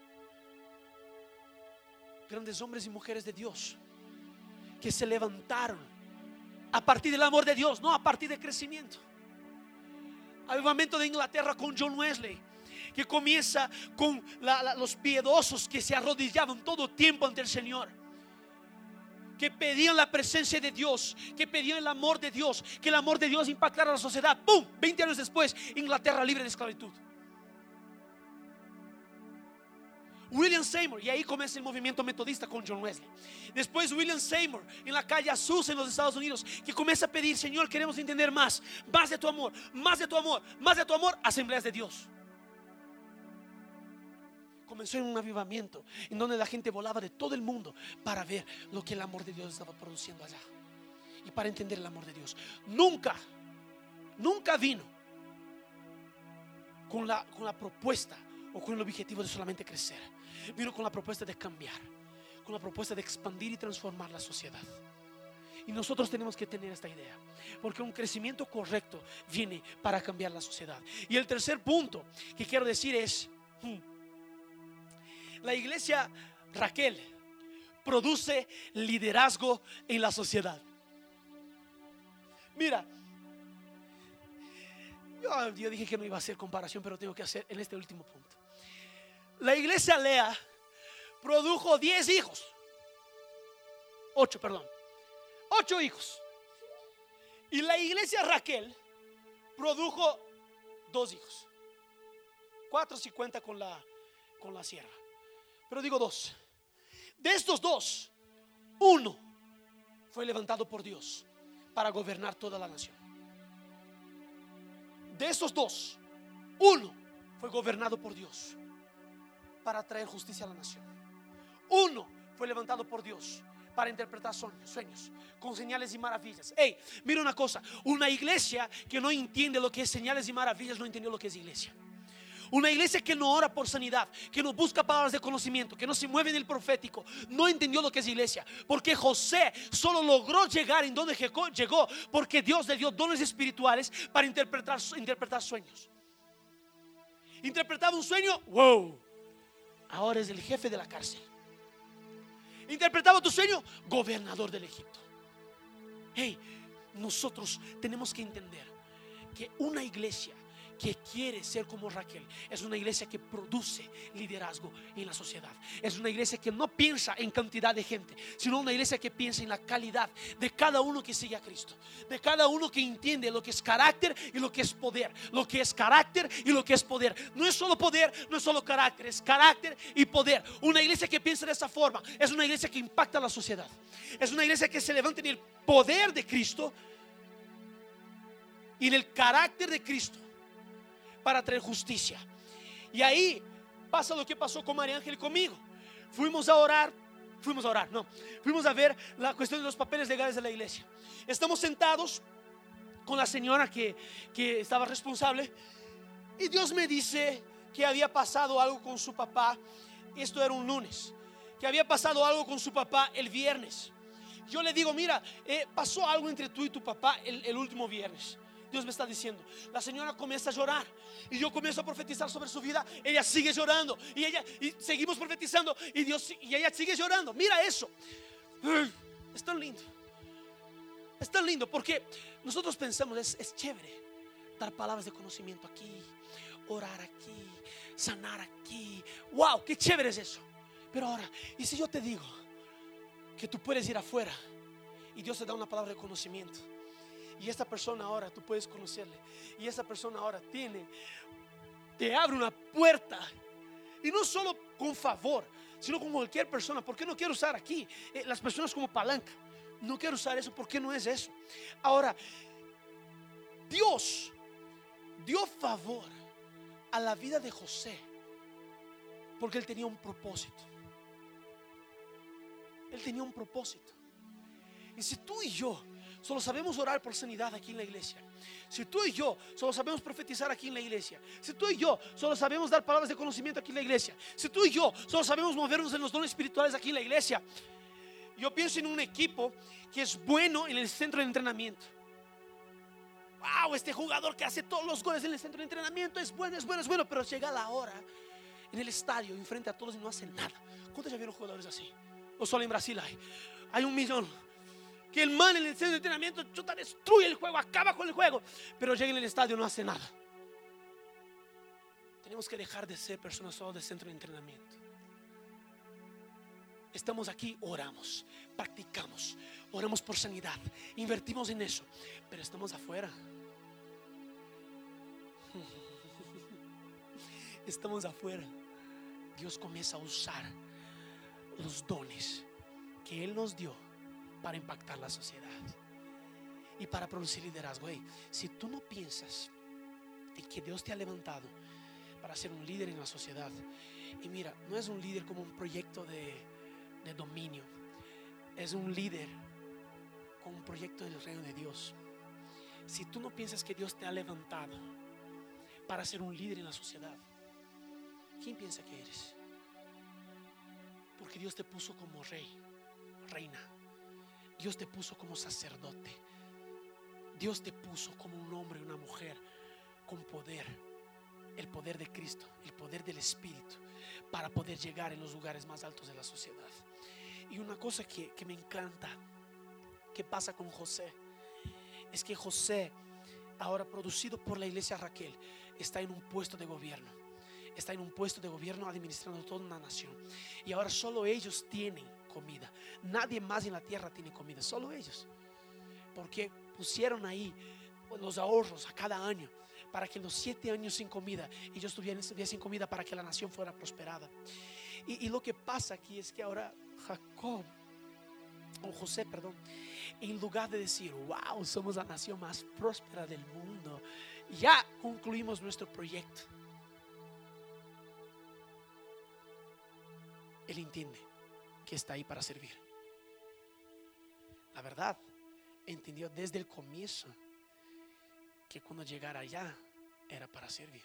grandes hombres y mujeres de Dios que se levantaron a partir del amor de Dios, no a partir de crecimiento. Avivamiento de Inglaterra con John Wesley, que comienza con los piedosos que se arrodillaban todo tiempo ante el Señor, que pedían la presencia de Dios, que pedían el amor de Dios, que el amor de Dios impactara a la sociedad. ¡Pum! 20 años después, Inglaterra libre de esclavitud. William Seymour, y ahí comienza el movimiento metodista con John Wesley. Después William Seymour en la calle Azusa en los Estados Unidos, que comienza a pedir: Señor, queremos entender más de tu amor, más de tu amor, más de tu amor. Asambleas de Dios. Comenzó en un avivamiento en donde la gente volaba de todo el mundo para ver lo que el amor de Dios estaba produciendo allá y para entender el amor de Dios. Nunca vino con la propuesta o con el objetivo de solamente crecer. Vino con la propuesta de cambiar, con la propuesta de expandir y transformar la sociedad. Y nosotros tenemos que tener esta idea, porque un crecimiento correcto viene para cambiar la sociedad. Y el tercer punto que quiero decir es: la iglesia Raquel produce liderazgo en la sociedad. Mira, yo dije que no iba a hacer comparación, pero tengo que hacer en este último punto. La iglesia Lea produjo 10 hijos. 8 hijos. Y la iglesia Raquel produjo 2 hijos. 4 si cuenta con la sierva. Pero digo 2. De estos 2, uno fue levantado por Dios para gobernar toda la nación. De esos 2, uno fue gobernado por Dios para traer justicia a la nación. Uno fue levantado por Dios para interpretar sueños con señales y maravillas. Hey, mira una cosa, una iglesia que no entiende lo que es señales y maravillas no entendió lo que es iglesia. Una iglesia que no ora por sanidad, que no busca palabras de conocimiento, que no se mueve en el profético, no entendió lo que es iglesia. Porque José solo logró llegar en donde llegó porque Dios le dio dones espirituales para interpretar sueños. Interpretaba un sueño, wow, ahora es el jefe de la cárcel. Interpretaba tu sueño, gobernador del Egipto. Hey, nosotros tenemos que entender que una iglesia que quiere ser como Raquel es una iglesia que produce liderazgo en la sociedad. Es una iglesia que no piensa en cantidad de gente, sino una iglesia que piensa en la calidad de cada uno que sigue a Cristo, de cada uno que entiende lo que es carácter y lo que es poder, lo que es carácter y lo que es poder. No es solo poder, no es solo carácter, es carácter y poder. Una iglesia que piensa de esa forma es una iglesia que impacta a la sociedad. Es una iglesia que se levanta en el poder de Cristo y en el carácter de Cristo para traer justicia. Y ahí pasa lo que pasó con María Ángel y conmigo. Fuimos a ver la cuestión de los papeles legales de la iglesia. Estamos sentados con la señora que estaba responsable, y Dios me dice que había pasado algo con su papá. Esto era un lunes. Que había pasado algo con su papá el viernes. Yo le digo, mira, pasó algo entre tú y tu papá el último viernes. Dios me está diciendo. La señora comienza a llorar y yo comienzo a profetizar sobre su vida. Ella sigue llorando y seguimos profetizando y ella sigue llorando. Mira eso. Es tan lindo. Es tan lindo porque nosotros pensamos es chévere dar palabras de conocimiento aquí, orar aquí, sanar aquí. Wow, qué chévere es eso. Pero ahora, ¿y si yo te digo que tú puedes ir afuera y Dios te da una palabra de conocimiento? Y esta persona ahora tú puedes conocerle, y esta persona ahora te abre una puerta, y no solo con favor, sino con cualquier persona. ¿Por qué no quiero usar aquí las personas como palanca? No quiero usar eso porque no es eso. Ahora, Dios dio favor a la vida de José porque él tenía un propósito. Él tenía un propósito. Y si tú y yo solo sabemos orar por sanidad aquí en la iglesia, si tú y yo solo sabemos profetizar aquí en la iglesia, si tú y yo solo sabemos dar palabras de conocimiento aquí en la iglesia, si tú y yo solo sabemos movernos en los dones espirituales aquí en la iglesia, yo pienso en un equipo que es bueno en el centro de entrenamiento. Wow, este jugador que hace todos los goles en el centro de entrenamiento es bueno, pero llega la hora en el estadio, enfrente a todos, y no hace nada. ¿Cuántos ya vieron jugadores así? O solo en Brasil hay 1,000,000. Que el man en el centro de entrenamiento chuta, destruye el juego, acaba con el juego, pero llega en el estadio y no hace nada. Tenemos que dejar de ser personas solo de centro de entrenamiento. Estamos aquí, oramos, practicamos, oramos por sanidad, invertimos en eso, pero estamos afuera. Estamos afuera. Dios comienza a usar los dones que Él nos dio para impactar la sociedad y para producir liderazgo. Hey, si tú no piensas en que Dios te ha levantado para ser un líder en la sociedad, y mira, no es un líder como un proyecto de dominio, es un líder con un proyecto del reino de Dios. Si tú no piensas que Dios te ha levantado para ser un líder en la sociedad, ¿quién piensa que eres? Porque Dios te puso como rey, reina. Dios te puso como sacerdote. Dios te puso como un hombre y una mujer con poder, el poder de Cristo, el poder del Espíritu, para poder llegar en los lugares más altos de la sociedad. Y una cosa que me encanta que pasa con José es que José, ahora producido por la iglesia Raquel, está en un puesto de gobierno. Está en un puesto de gobierno administrando toda una nación. Y ahora solo ellos tienen comida. Nadie más en la tierra tiene comida, solo ellos. Porque pusieron ahí los ahorros a cada año para que en los 7 años sin comida ellos estuvieran sin comida, para que la nación fuera prosperada. Y lo que pasa aquí es que ahora José, perdón, en lugar de decir, wow, somos la nación más próspera del mundo, ya concluimos nuestro proyecto, él entiende que está ahí para servir. La verdad, entendió desde el comienzo que cuando llegara allá era para servir.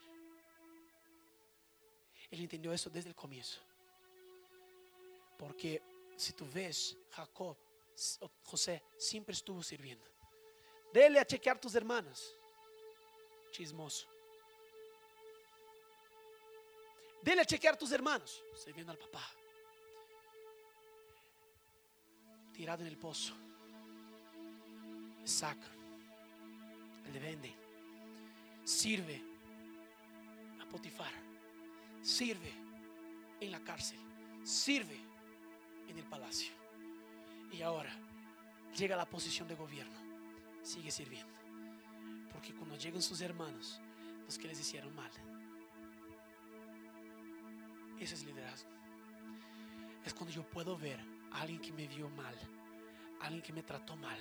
Él entendió eso desde el comienzo. Porque si tú ves, José siempre estuvo sirviendo. Dele a chequear tus hermanas, chismoso. Dele a chequear tus hermanos, sirviendo al papá. Tirado en el pozo, le sacan, le venden. Sirve a Potifar, sirve en la cárcel, sirve en el palacio, y ahora llega a la posición de gobierno, sigue sirviendo. Porque cuando llegan sus hermanos, los que les hicieron mal, ese es liderazgo. Es cuando yo puedo ver a alguien que me vio mal, a alguien que me trató mal,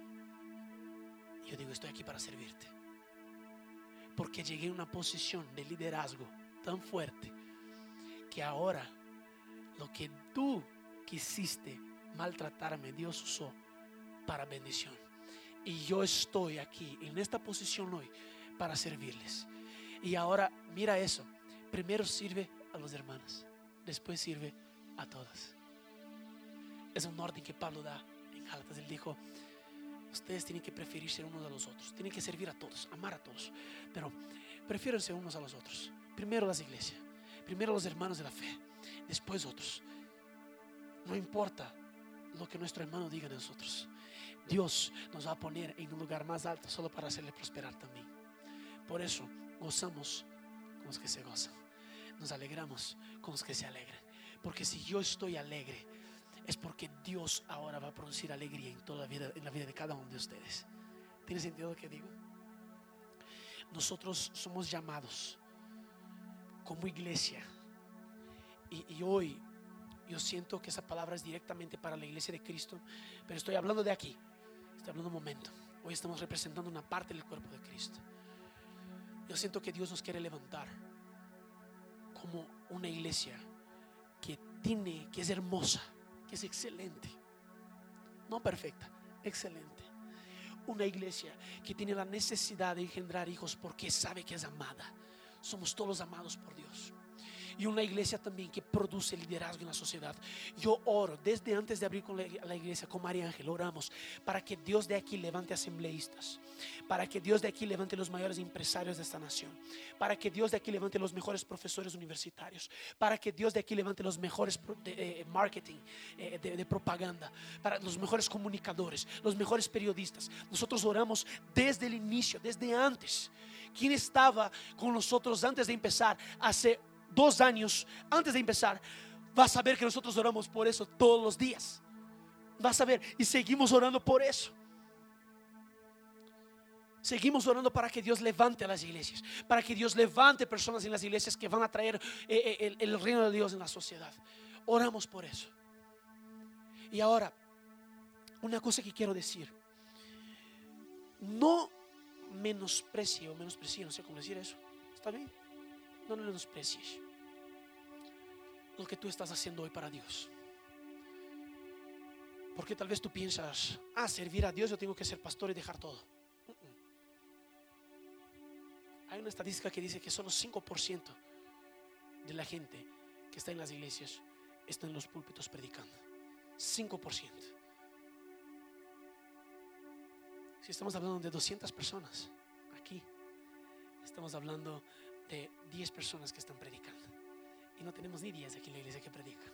y yo digo, estoy aquí para servirte, porque llegué a una posición de liderazgo tan fuerte que ahora lo que tú quisiste maltratarme, Dios usó para bendición. Y yo estoy aquí en esta posición hoy para servirles. Y ahora mira eso, primero sirve a los hermanos, después sirve a todos. Es un orden que Pablo da en Gálatas. Él dijo, ustedes tienen que preferirse unos a los otros, tienen que servir a todos, amar a todos, pero prefiérense unos a los otros. Primero las iglesias, primero los hermanos de la fe, después otros. No importa lo que nuestro hermano diga de nosotros, Dios nos va a poner en un lugar más alto solo para hacerle prosperar también. Por eso gozamos con los que se gozan, nos alegramos con los que se alegran. Porque si yo estoy alegre, es porque Dios ahora va a producir alegría en toda la vida, en la vida de cada uno de ustedes. ¿Tiene sentido lo que digo? Nosotros somos llamados como iglesia, y hoy yo siento que esa palabra es directamente para la iglesia de Cristo, pero estoy hablando de aquí, estoy hablando un momento. Hoy estamos representando una parte del cuerpo de Cristo. Yo siento que Dios nos quiere levantar como una iglesia que es hermosa, que es excelente, no perfecta, excelente. Una iglesia que tiene la necesidad de engendrar hijos porque sabe que es amada. Somos todos amados por Dios. Y una iglesia también que produce liderazgo en la sociedad. Yo oro desde antes de abrir con la iglesia, con María Ángel, oramos para que Dios de aquí levante asambleístas, para que Dios de aquí levante los mayores empresarios de esta nación, para que Dios de aquí levante los mejores profesores universitarios, para que Dios de aquí levante los mejores marketing, de propaganda, para los mejores comunicadores, los mejores periodistas. Nosotros oramos desde el inicio, desde antes. ¿Quién estaba con nosotros antes de empezar? Hace 2 años antes de empezar, vas a ver que nosotros oramos por eso todos los días. Vas a ver, y seguimos orando por eso. Seguimos orando para que Dios levante a las iglesias, para que Dios levante personas en las iglesias que van a traer el reino de Dios en la sociedad. Oramos por eso. Y ahora, una cosa que quiero decir: no menosprecie, no sé cómo decir eso. ¿Está bien? No menosprecies lo que tú estás haciendo hoy para Dios. Porque tal vez tú piensas, servir a Dios, yo tengo que ser pastor y dejar todo. Hay una estadística que dice que solo 5% de la gente que está en las iglesias está en los púlpitos predicando. 5%. Si estamos hablando de 200 personas aquí, estamos hablando de 10 personas que están predicando, y no tenemos ni 10 aquí en la iglesia que predican.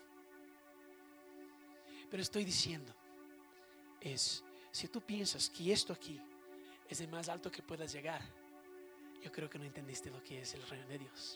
Pero estoy diciendo si tú piensas que esto aquí es el más alto que puedas llegar, yo creo que no entendiste lo que es el reino de Dios.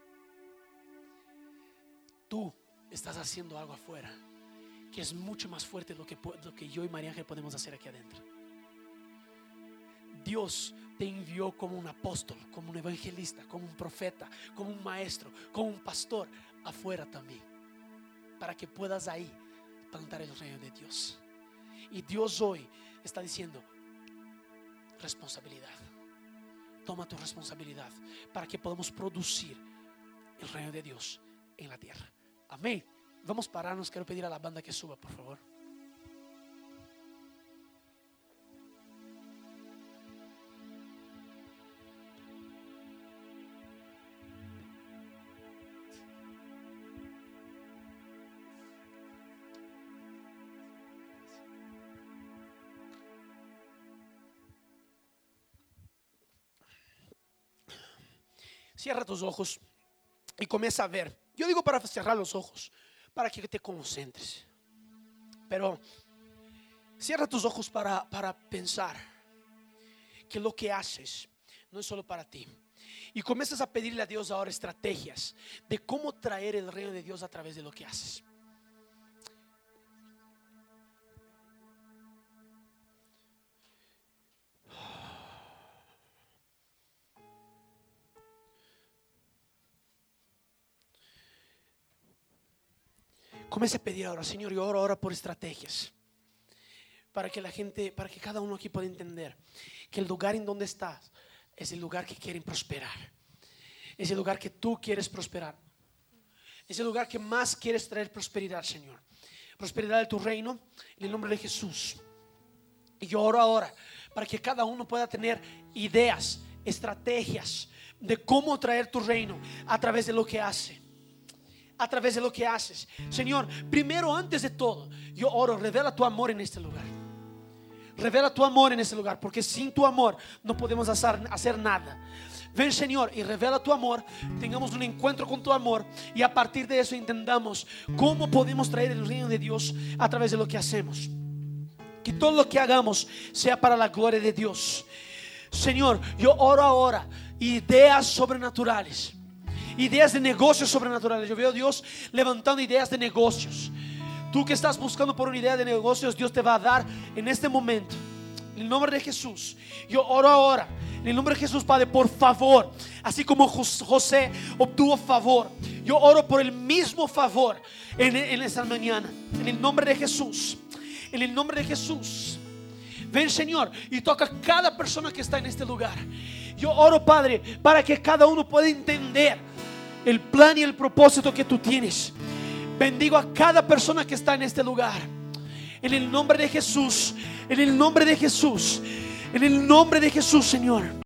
Tú estás haciendo algo afuera que es mucho más fuerte de lo que yo y María Ángel podemos hacer aquí adentro. Dios te envió como un apóstol, como un evangelista, como un profeta, como un maestro, como un pastor afuera también, para que puedas ahí plantar el reino de Dios. Y Dios hoy está diciendo: responsabilidad. Toma tu responsabilidad para que podamos producir el reino de Dios en la tierra. Amén. Vamos a pararnos. Quiero pedir a la banda que suba, por favor. Cierra tus ojos y comienza a ver. Yo digo para cerrar los ojos, para que te concentres. Pero cierra tus ojos para pensar que lo que haces no es solo para ti. Y comienzas a pedirle a Dios ahora estrategias de cómo traer el reino de Dios a través de lo que haces. Comienza a pedir ahora: Señor, yo oro ahora por estrategias, para que la gente, para que cada uno aquí pueda entender que el lugar en donde estás es el lugar que quieren prosperar, es el lugar que tú quieres prosperar, es el lugar que más quieres traer prosperidad, Señor. Prosperidad de tu reino, en el nombre de Jesús. Y yo oro ahora para que cada uno pueda tener ideas, estrategias de cómo traer tu reino a través de lo que hace. A través de lo que haces, Señor. Primero, antes de todo, yo oro: revela tu amor en este lugar. Revela tu amor en este lugar, porque sin tu amor no podemos hacer nada. Ven, Señor, y revela tu amor. Tengamos un encuentro con tu amor, y a partir de eso entendamos cómo podemos traer el reino de Dios a través de lo que hacemos. Que todo lo que hagamos sea para la gloria de Dios. Señor, yo oro ahora ideas sobrenaturales, ideas de negocios sobrenaturales. Yo veo a Dios levantando ideas de negocios. Tú que estás buscando por una idea de negocios, Dios te va a dar en este momento, en el nombre de Jesús. Yo oro ahora en el nombre de Jesús, Padre, por favor, así como José obtuvo favor, yo oro por el mismo favor en esta mañana, en el nombre de Jesús. En el nombre de Jesús. Ven, Señor, y toca a cada persona que está en este lugar. Yo oro, Padre, para que cada uno pueda entender el plan y el propósito que tú tienes. Bendigo a cada persona que está en este lugar, en el nombre de Jesús. En el nombre de Jesús. En el nombre de Jesús, Señor.